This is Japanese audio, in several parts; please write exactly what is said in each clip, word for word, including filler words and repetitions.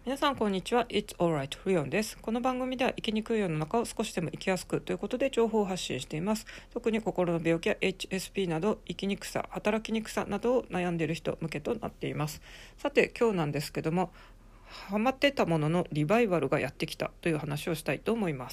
皆さんこんにちは。 It's alright フリオンです。この番組では生きにくい世の中を少しでも生きやすくということで情報を発信しています。特に心の病気や エイチエスピー など生きにくさ、働きにくさなどを悩んでいる人向けとなっています。さて今日なんですけども、ハマってたもののリバイバルがやってきたという話をしたいと思います。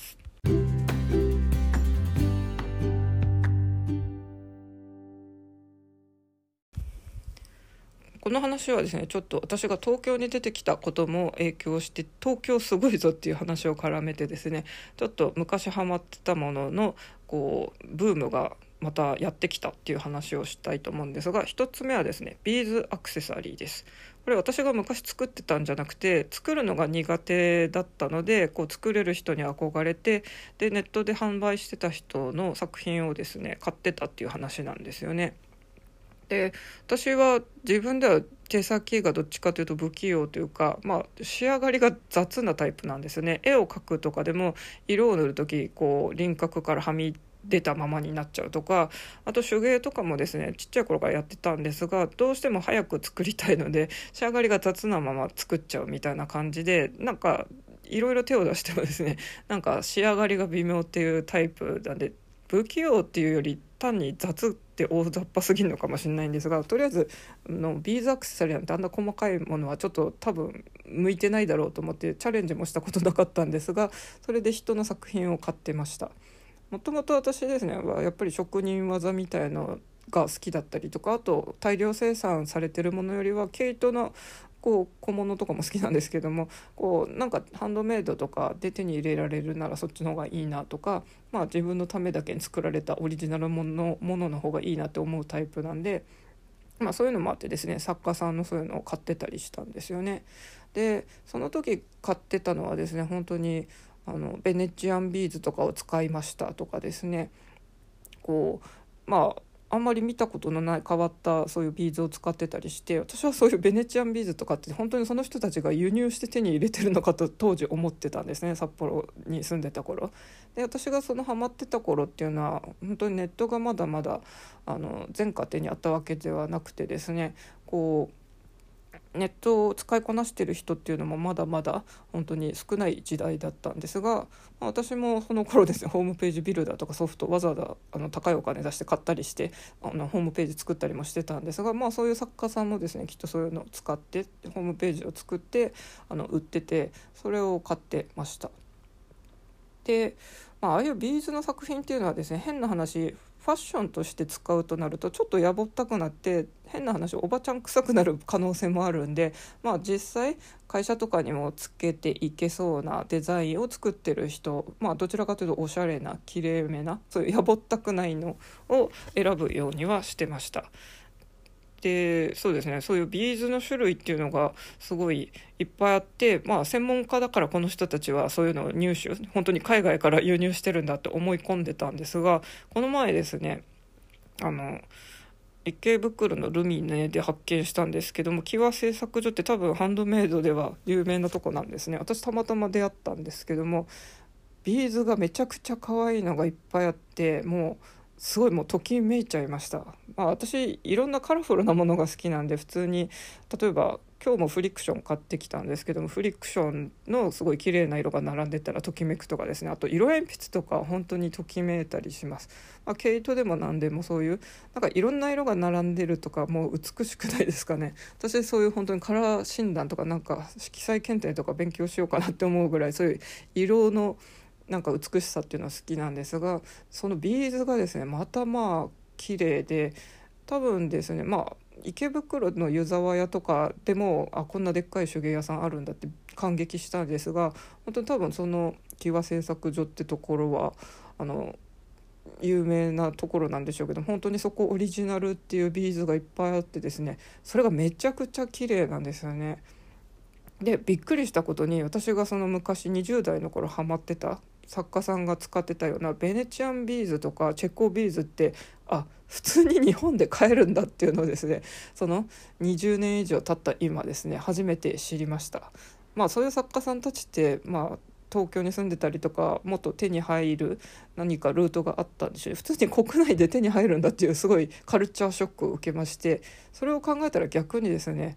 この話はですね、ちょっと私が東京に出てきたことも影響して、東京すごいぞっていう話を絡めてですね、ちょっと昔ハマってたもののこうブームがまたやってきたっていう話をしたいと思うんですが、一つ目はですね、ビーズアクセサリーです。これ私が昔作ってたんじゃなくて、作るのが苦手だったのでこう作れる人に憧れて、でネットで販売してた人の作品をですね買ってたっていう話なんですよね。で私は自分では手先がどっちかというと不器用というか、まあ、仕上がりが雑なタイプなんですよね。絵を描くとかでも色を塗るときこう輪郭からはみ出たままになっちゃうとか、あと手芸とかもですねちっちゃい頃からやってたんですが、どうしても早く作りたいので仕上がりが雑なまま作っちゃうみたいな感じで、なんかいろいろ手を出してもですね、なんか仕上がりが微妙っていうタイプなんで、不器用っていうより単に雑って大雑把すぎるのかもしれないんですが、とりあえずのビーズアクセサリーなんてあんな細かいものはちょっと多分向いてないだろうと思ってチャレンジもしたことなかったんですが、それで人の作品を買ってました。もともと私ですねはやっぱり職人技みたいのが好きだったりとか、あと大量生産されてるものよりは毛糸のこう小物とかも好きなんですけども、こうなんかハンドメイドとかで手に入れられるならそっちの方がいいなとか、まあ、自分のためだけに作られたオリジナルものものの方がいいなって思うタイプなんで、まあ、そういうのもあってですね、作家さんのそういうのを買ってたりしたんですよね。でその時買ってたのはですね、本当にあのベネチアンビーズとかを使いましたとかですね、こうまああんまり見たことのない変わったそういうビーズを使ってたりして、私はそういうベネチアンビーズとかって本当にその人たちが輸入して手に入れてるのかと当時思ってたんですね、札幌に住んでた頃で。私がそのハマってた頃っていうのは本当にネットがまだまだあの全家庭にあったわけではなくてですね、こうネットを使いこなしてる人っていうのもまだまだ本当に少ない時代だったんですが、まあ、私もその頃ですね、ホームページビルダーとかソフトわざわざあの高いお金出して買ったりしてあのホームページ作ったりもしてたんですが、まあ、そういう作家さんもですねきっとそういうのを使ってホームページを作ってあの売ってて、それを買ってました。で、まあ、ああいうビーズの作品っていうのはですね、変な話ファッションとして使うとなるとちょっとやぼったくなって、変な話おばちゃん臭くなる可能性もあるんで、まあ、実際会社とかにもつけていけそうなデザインを作ってる人、まあ、どちらかというとおしゃれな綺麗めなそういうやぼったくないのを選ぶようにはしてました。でそうですね、そういうビーズの種類っていうのがすごいいっぱいあって、まあ、専門家だからこの人たちはそういうのを入手本当に海外から輸入してるんだって思い込んでたんですが、この前ですねあの池袋のルミネで発見したんですけども、キワ製作所って多分ハンドメイドでは有名なとこなんですね。私たまたま出会ったんですけども、ビーズがめちゃくちゃ可愛いのがいっぱいあって、もうすごいもうときめいちゃいました。まあ、私いろんなカラフルなものが好きなんで、普通に例えば今日もフリクション買ってきたんですけども、フリクションのすごい綺麗な色が並んでたらときめくとかですね、あと色鉛筆とか本当にときめいたりします。まあ、毛糸でも何でもそういうなんかいろんな色が並んでるとかもう美しくないですかね。私そういう本当にカラー診断とかなんか色彩検定とか勉強しようかなって思うぐらい、そういう色のなんか美しさっていうのは好きなんですが、そのビーズがですねまたまあ綺麗で、多分ですね、まあ池袋の湯沢屋とかでもあこんなでっかい手芸屋さんあるんだって感激したんですが、本当に多分その木和製作所ってところはあの有名なところなんでしょうけど、本当にそこオリジナルっていうビーズがいっぱいあってですね、それがめちゃくちゃ綺麗なんですよね。でびっくりしたことに、私がその昔にじゅう代の頃ハマってた作家さんが使ってたようなベネチアンビーズとかチェコビーズってあ普通に日本で買えるんだっていうのをですね、そのにじゅうねん以上経った今ですね初めて知りました。まあそういう作家さんたちってまあ東京に住んでたりとかもっと手に入る何かルートがあったんでしょう。普通に国内で手に入るんだっていうすごいカルチャーショックを受けまして、それを考えたら逆にですね、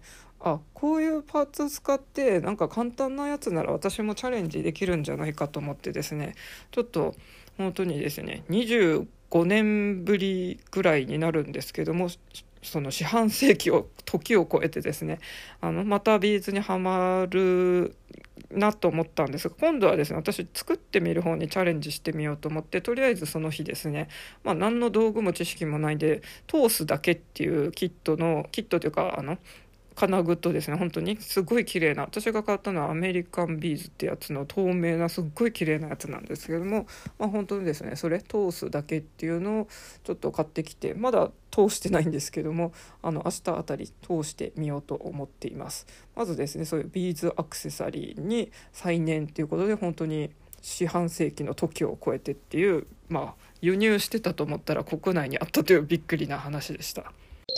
あ、こういうパーツ使ってなんか簡単なやつなら私もチャレンジできるんじゃないかと思ってですね、ちょっと本当にですねにじゅうごねんぶりぐらいになるんですけども、その四半世紀を時を超えてですね、あのまたビーズにはまるなと思ったんですが、今度はですね私作ってみる方にチャレンジしてみようと思って、とりあえずその日ですね、まあ、何の道具も知識もないんで通すだけっていうキットのキットというかあの金具とですね、本当にすごい綺麗な、私が買ったのはアメリカンビーズってやつの透明なすっごい綺麗なやつなんですけども、まあ、本当にですねそれ通すだけっていうのをちょっと買ってきて、まだ通してないんですけども、あの明日あたり通してみようと思っています。まずですねそういうビーズアクセサリーに再燃ということで、本当に四半世紀の時を超えてっていう、まあ輸入してたと思ったら国内にあったというびっくりな話でした。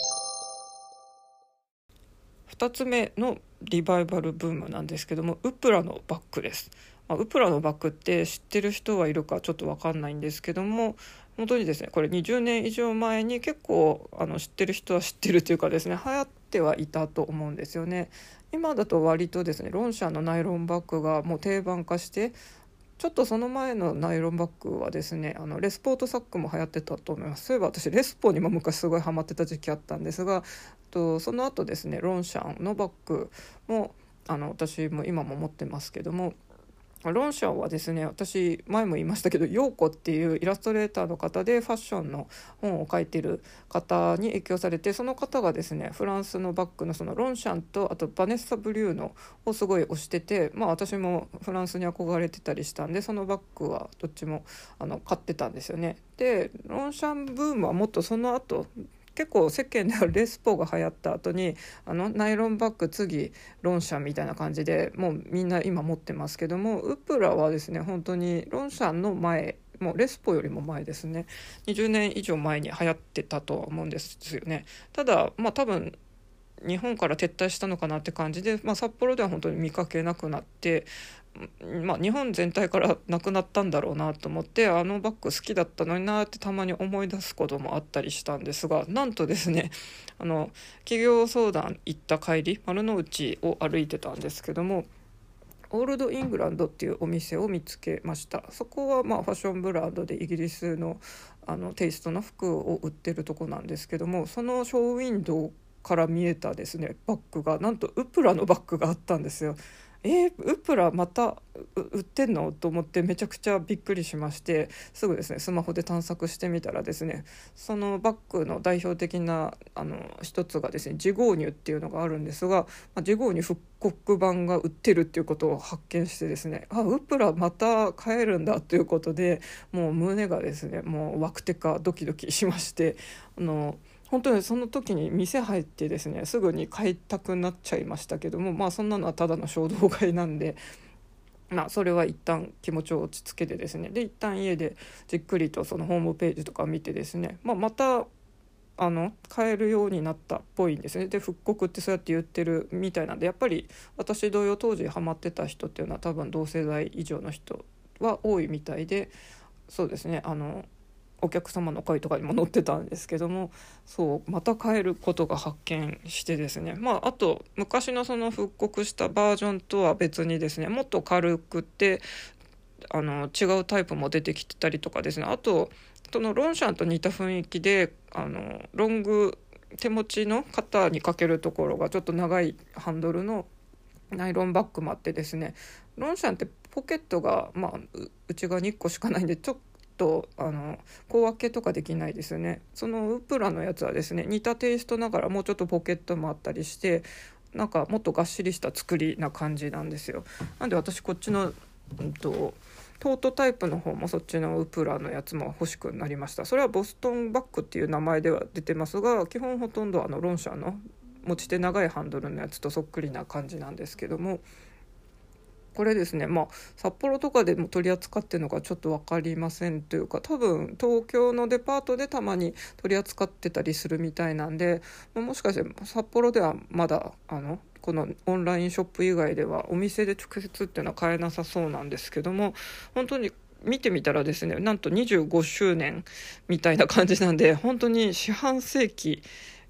ふたつめのリバイバルブームなんですけども、ウプラのバッグです。まあ、ウプラのバッグって知ってる人はいるかちょっと分かんないんですけども、本当にですねこれにじゅうねん以上前に結構あの知ってる人は知ってるというかですね流行ってはいたと思うんですよね。今だと割とですねロンシャンのナイロンバッグがもう定番化して、ちょっとその前のナイロンバッグはですねあのレスポートサックも流行ってたと思います。そういえば私レスポにも昔すごいハマってた時期あったんですが、とその後ですねロンシャンのバッグもあの私も今も持ってますけども、ロンシャンはですね私前も言いましたけどヨーコっていうイラストレーターの方でファッションの本を書いてる方に影響されて、その方がですねフランスのバッグのそのロンシャンとあとバネッサ・ブリューノをすごい推してて、まあ私もフランスに憧れてたりしたんでそのバッグはどっちもあの買ってたんですよね。でロンシャンブームはもっとその後結構世間ではレスポが流行った後にあのナイロンバッグ次ロンシャンみたいな感じでもうみんな今持ってますけども、ウプラはですね本当にロンシャンの前、もうレスポよりも前ですね、にじゅうねん以上前に流行ってたとは思うんですよね。ただまあ多分日本から撤退したのかなって感じで、まあ、札幌では本当に見かけなくなって、まあ、日本全体からなくなったんだろうなと思って、あのバッグ好きだったのになってたまに思い出すこともあったりしたんですが、なんとですねあの企業相談行った帰り丸の内を歩いてたんですけども、オールドイングランドっていうお店を見つけました。そこはまあファッションブランドでイギリスの、あのテイストの服を売ってるとこなんですけども、そのショーウィンドウから見えたですねバッグがなんとウプラのバッグがあったんですよ。えー、ウプラまた売ってんのと思ってめちゃくちゃびっくりしまして、すぐですねスマホで探索してみたらですね、そのバッグの代表的なあの一つがですねジゴーニュっていうのがあるんですが、まあ、ジゴーニュ復刻版が売ってるっていうことを発見してですね、あウプラまた買えるんだということで、もう胸がですねもうワクテカドキドキしまして、あの本当にその時に店入ってですねすぐに買いたくなっちゃいましたけども、まあそんなのはただの衝動買いなんで、まあそれは一旦気持ちを落ち着けてですね、で一旦家でじっくりとそのホームページとか見てですね、まあ、またあの買えるようになったっぽいんですね。で復刻ってそうやって言ってるみたいなんで、やっぱり私同様当時ハマってた人っていうのは多分同世代以上の人は多いみたいで、そうですねあのお客様の声とかにも載ってたんですけども、そうまた買えることが発見してですね、まああと昔のその復刻したバージョンとは別にですねもっと軽くてあの違うタイプも出てきてたりとかですね、あとそのロンシャンと似た雰囲気であのロング手持ちの肩にかけるところがちょっと長いハンドルのナイロンバッグもあってですね、ロンシャンってポケットが、まあ、内側にいっこしかないんでちょっとあの小分けとかできないですよね。そのウプラのやつはですね似たテイストながらもうちょっとポケットもあったりして、なんかもっとがっしりした作りな感じなんですよ。なんで私こっちの、うんと、トートタイプの方もそっちのウプラのやつも欲しくなりました。それはボストンバッグっていう名前では出てますが、基本ほとんどあのロンシャンの持ち手長いハンドルのやつとそっくりな感じなんですけども、これですね、まあ、札幌とかでも取り扱ってるのかちょっと分かりませんというか、多分東京のデパートでたまに取り扱ってたりするみたいなんで、まあ、もしかして札幌ではまだあのこのオンラインショップ以外ではお店で直接っていうのは買えなさそうなんですけども、本当に見てみたらですねなんとにじゅうごしゅうねんみたいな感じなんで、本当に四半世紀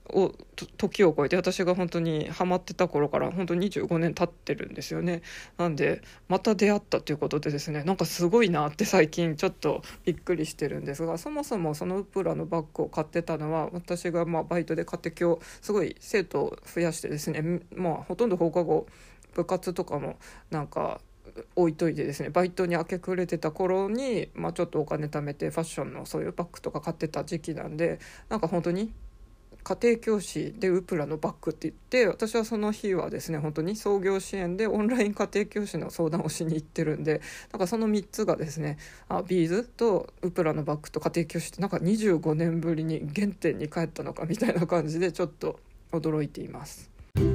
をと時を超えて、私が本当にハマってた頃から本当ににじゅうごねん経ってるんですよね。なんでまた出会ったということでですね、なんかすごいなって最近ちょっとびっくりしてるんですが、そもそもそのウプラのバッグを買ってたのは、私がまあバイトで家庭教すごい生徒を増やしてですね、まあほとんど放課後部活とかもなんか置いといてですね、バイトに明け暮れてた頃に、まあ、ちょっとお金貯めてファッションのそういうバッグとか買ってた時期なんで、なんか本当に家庭教師でウプラのバッグって言って、私はその日はですね本当に創業支援でオンライン家庭教師の相談をしに行ってるんで、なんかそのみっつがですね、あビーズとウプラのバッグと家庭教師ってなんかにじゅうごねんぶりに原点に帰ったのかみたいな感じでちょっと驚いています。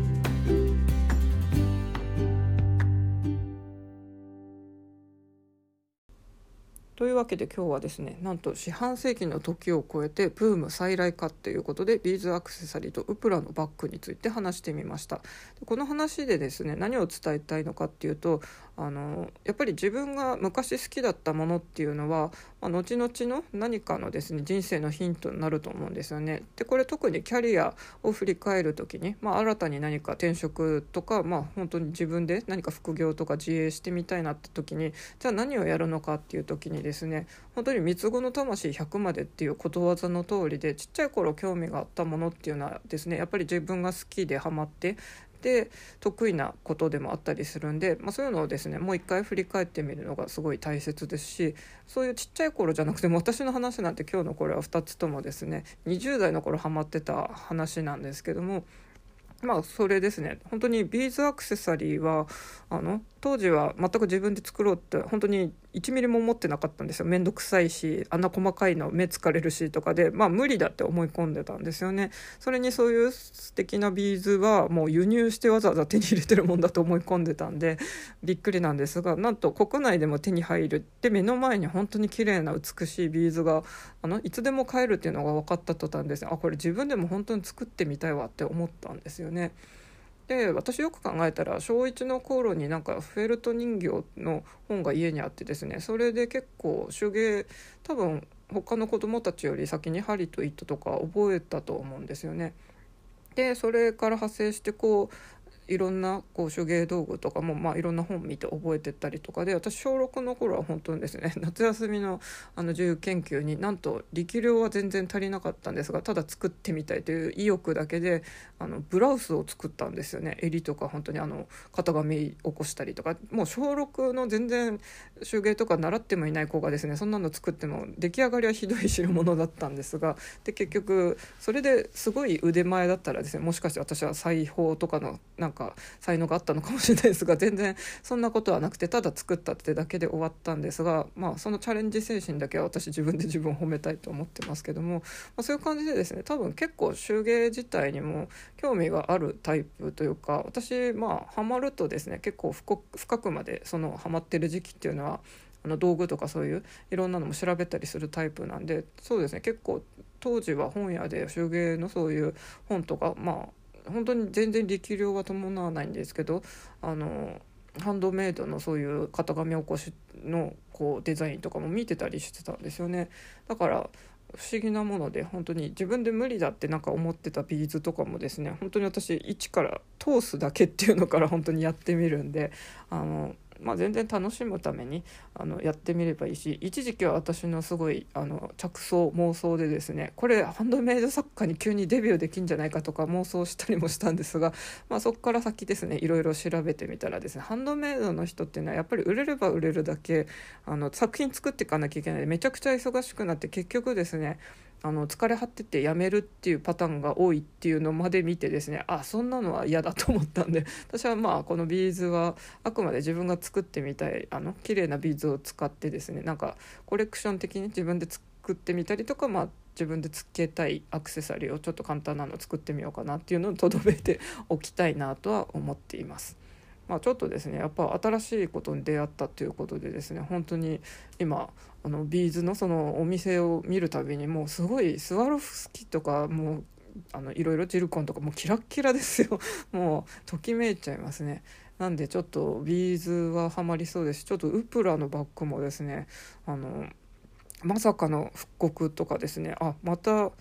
というわけで今日はですね、なんと四半世紀の時を超えてブーム再来かということで、ビーズアクセサリーとウプラのバッグについて話してみました。でこの話でですね、何を伝えたいのかっていうと、あのやっぱり自分が昔好きだったものっていうのは、まあ、後々の何かのですね人生のヒントになると思うんですよね。でこれ特にキャリアを振り返るときに、まあ、新たに何か転職とか、まあ、本当に自分で何か副業とか自営してみたいなって時に、じゃあ何をやるのかっていう時にですね、本当に三つ子の魂ひゃくまでっていうことわざの通りで、ちっちゃい頃興味があったものっていうのはですね、やっぱり自分が好きでハマってで得意なことでもあったりするんで、まあ、そういうのをですねもう一回振り返ってみるのがすごい大切ですし、そういうちっちゃい頃じゃなくても、私の話なんて今日のこれはふたつともですねにじゅう代の頃ハマってた話なんですけども、まあそれですね、本当にビーズアクセサリーはあの当時は全く自分で作ろうって本当にいちミリも思ってなかったんですよ。めんどくさいし、あんな細かいの目疲れるしとかで、まあ無理だって思い込んでたんですよね。それにそういう素敵なビーズはもう輸入してわざわざ手に入れてるもんだと思い込んでたんでびっくりなんですが、なんと国内でも手に入るって目の前に本当に綺麗な美しいビーズがあのいつでも買えるっていうのが分かった途端ですね、あこれ自分でも本当に作ってみたいわって思ったんですよね。で私よく考えたら小しょういちの頃になんかフェルト人形の本が家にあってですね、それで結構手芸多分他の子供たちより先に針と糸とか覚えたと思うんですよね。でそれから派生してこういろんなこう手芸道具とかも、まあ、いろんな本見て覚えてったりとかで、私小ろくの頃は本当にですね夏休みのあの自由研究になんと力量は全然足りなかったんですが、ただ作ってみたいという意欲だけであのブラウスを作ったんですよね。襟とか本当にあの型紙起こしたりとか、もう小ろくの全然手芸とか習ってもいない子がですねそんなの作っても出来上がりはひどい代物だったんですが、で結局それですごい腕前だったらですね、もしかして私は裁縫とかのなんか才能があったのかもしれないですが、全然そんなことはなくて、ただ作ったってだけで終わったんですが、まあそのチャレンジ精神だけは私自分で自分を褒めたいと思ってますけども、まあ、そういう感じでですね、多分結構手芸自体にも興味があるタイプというか、私まあハマるとですね結構深くまでそのハマってる時期っていうのはあの道具とかそういういろんなのも調べたりするタイプなんで、そうですね結構当時は本屋で手芸のそういう本とか、まあ本当に全然力量は伴わないんですけど、あのハンドメイドのそういう型紙起こしのこうデザインとかも見てたりしてたんですよね。だから不思議なもので、本当に自分で無理だってなんか思ってたビーズとかもですね、本当に私一から通すだけっていうのから本当にやってみるんで、あのまあ、全然楽しむためにあのやってみればいいし、一時期は私のすごいあの着想妄想でですね、これハンドメイド作家に急にデビューできんじゃないかとか妄想したりもしたんですが、まあ、そこから先ですねいろいろ調べてみたらですね、ハンドメイドの人っていうのはやっぱり売れれば売れるだけあの作品作っていかなきゃいけないで、めちゃくちゃ忙しくなって結局ですねあの疲れ果ててやめるっていうパターンが多いっていうのまで見てですね、あそんなのは嫌だと思ったんで、私はまあこのビーズはあくまで自分が作ってみたいあの綺麗なビーズを使ってですね、なんかコレクション的に自分で作ってみたりとか、まあ自分でつけたいアクセサリーをちょっと簡単なのを作ってみようかなっていうのをとどめておきたいなとは思っています。まあ、ちょっとですねやっぱ新しいことに出会ったということでですね、本当に今あのビーズのそのお店を見るたびにもうすごいスワロフスキとかもうあのいろいろジルコンとかもうキラッキラですよもうときめいちゃいますね。なんでちょっとビーズはハマりそうですし、ちょっとウプラのバッグもですねあのまさかの復刻とかですね、あまた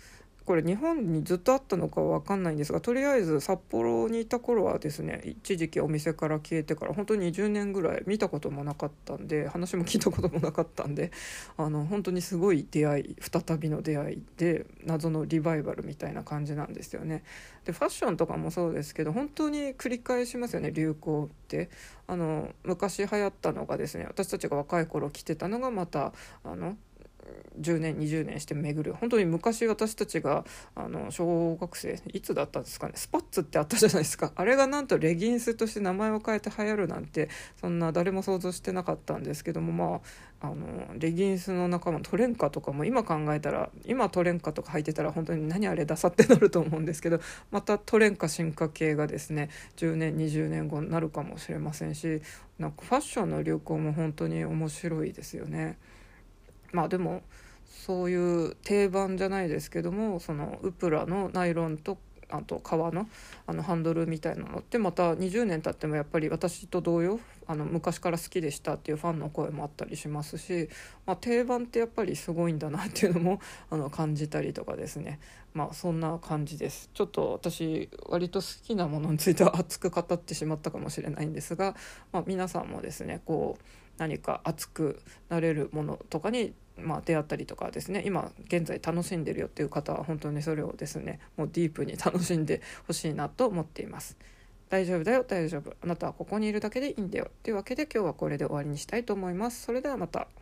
これ日本にずっとあったのかは分かんないんですが、とりあえず札幌にいた頃はですね、一時期お店から消えてから本当ににじゅうねんぐらい見たこともなかったんで、話も聞いたこともなかったんで、あの本当にすごい出会い、再びの出会いで謎のリバイバルみたいな感じなんですよね。でファッションとかもそうですけど、本当に繰り返しますよね、流行って。あの昔流行ったのがですね、私たちが若い頃着てたのがまたあのじゅうねんにじゅうねんして巡る。本当に昔私たちがあの小学生いつだったんですかね、スパッツってあったじゃないですか。あれがなんとレギンスとして名前を変えて流行るなんて、そんな誰も想像してなかったんですけども、まあ、あのレギンスの仲間トレンカとかも今考えたら、今トレンカとか履いてたら本当に何あれダサってなると思うんですけど、またトレンカ進化系がですねじゅうねんにじゅうねんごになるかもしれませんし、なんかファッションの流行も本当に面白いですよね。まあでもそういう定番じゃないですけども、そのウプラのナイロンとあと革のあのハンドルみたいなのってまたにじゅうねん経ってもやっぱり私と同様、あの昔から好きでしたっていうファンの声もあったりしますし、まあ、定番ってやっぱりすごいんだなっていうのもあの感じたりとかですね。まあそんな感じです。ちょっと私割と好きなものについては熱く語ってしまったかもしれないんですが、まあ、皆さんもですねこう何か熱くなれるものとかに、まあ、出会ったりとかですね、今現在楽しんでるよっていう方は本当にそれをですねもうディープに楽しんでほしいなと思っています。大丈夫だよ大丈夫、あなたはここにいるだけでいいんだよというわけで、今日はこれで終わりにしたいと思います。それではまた。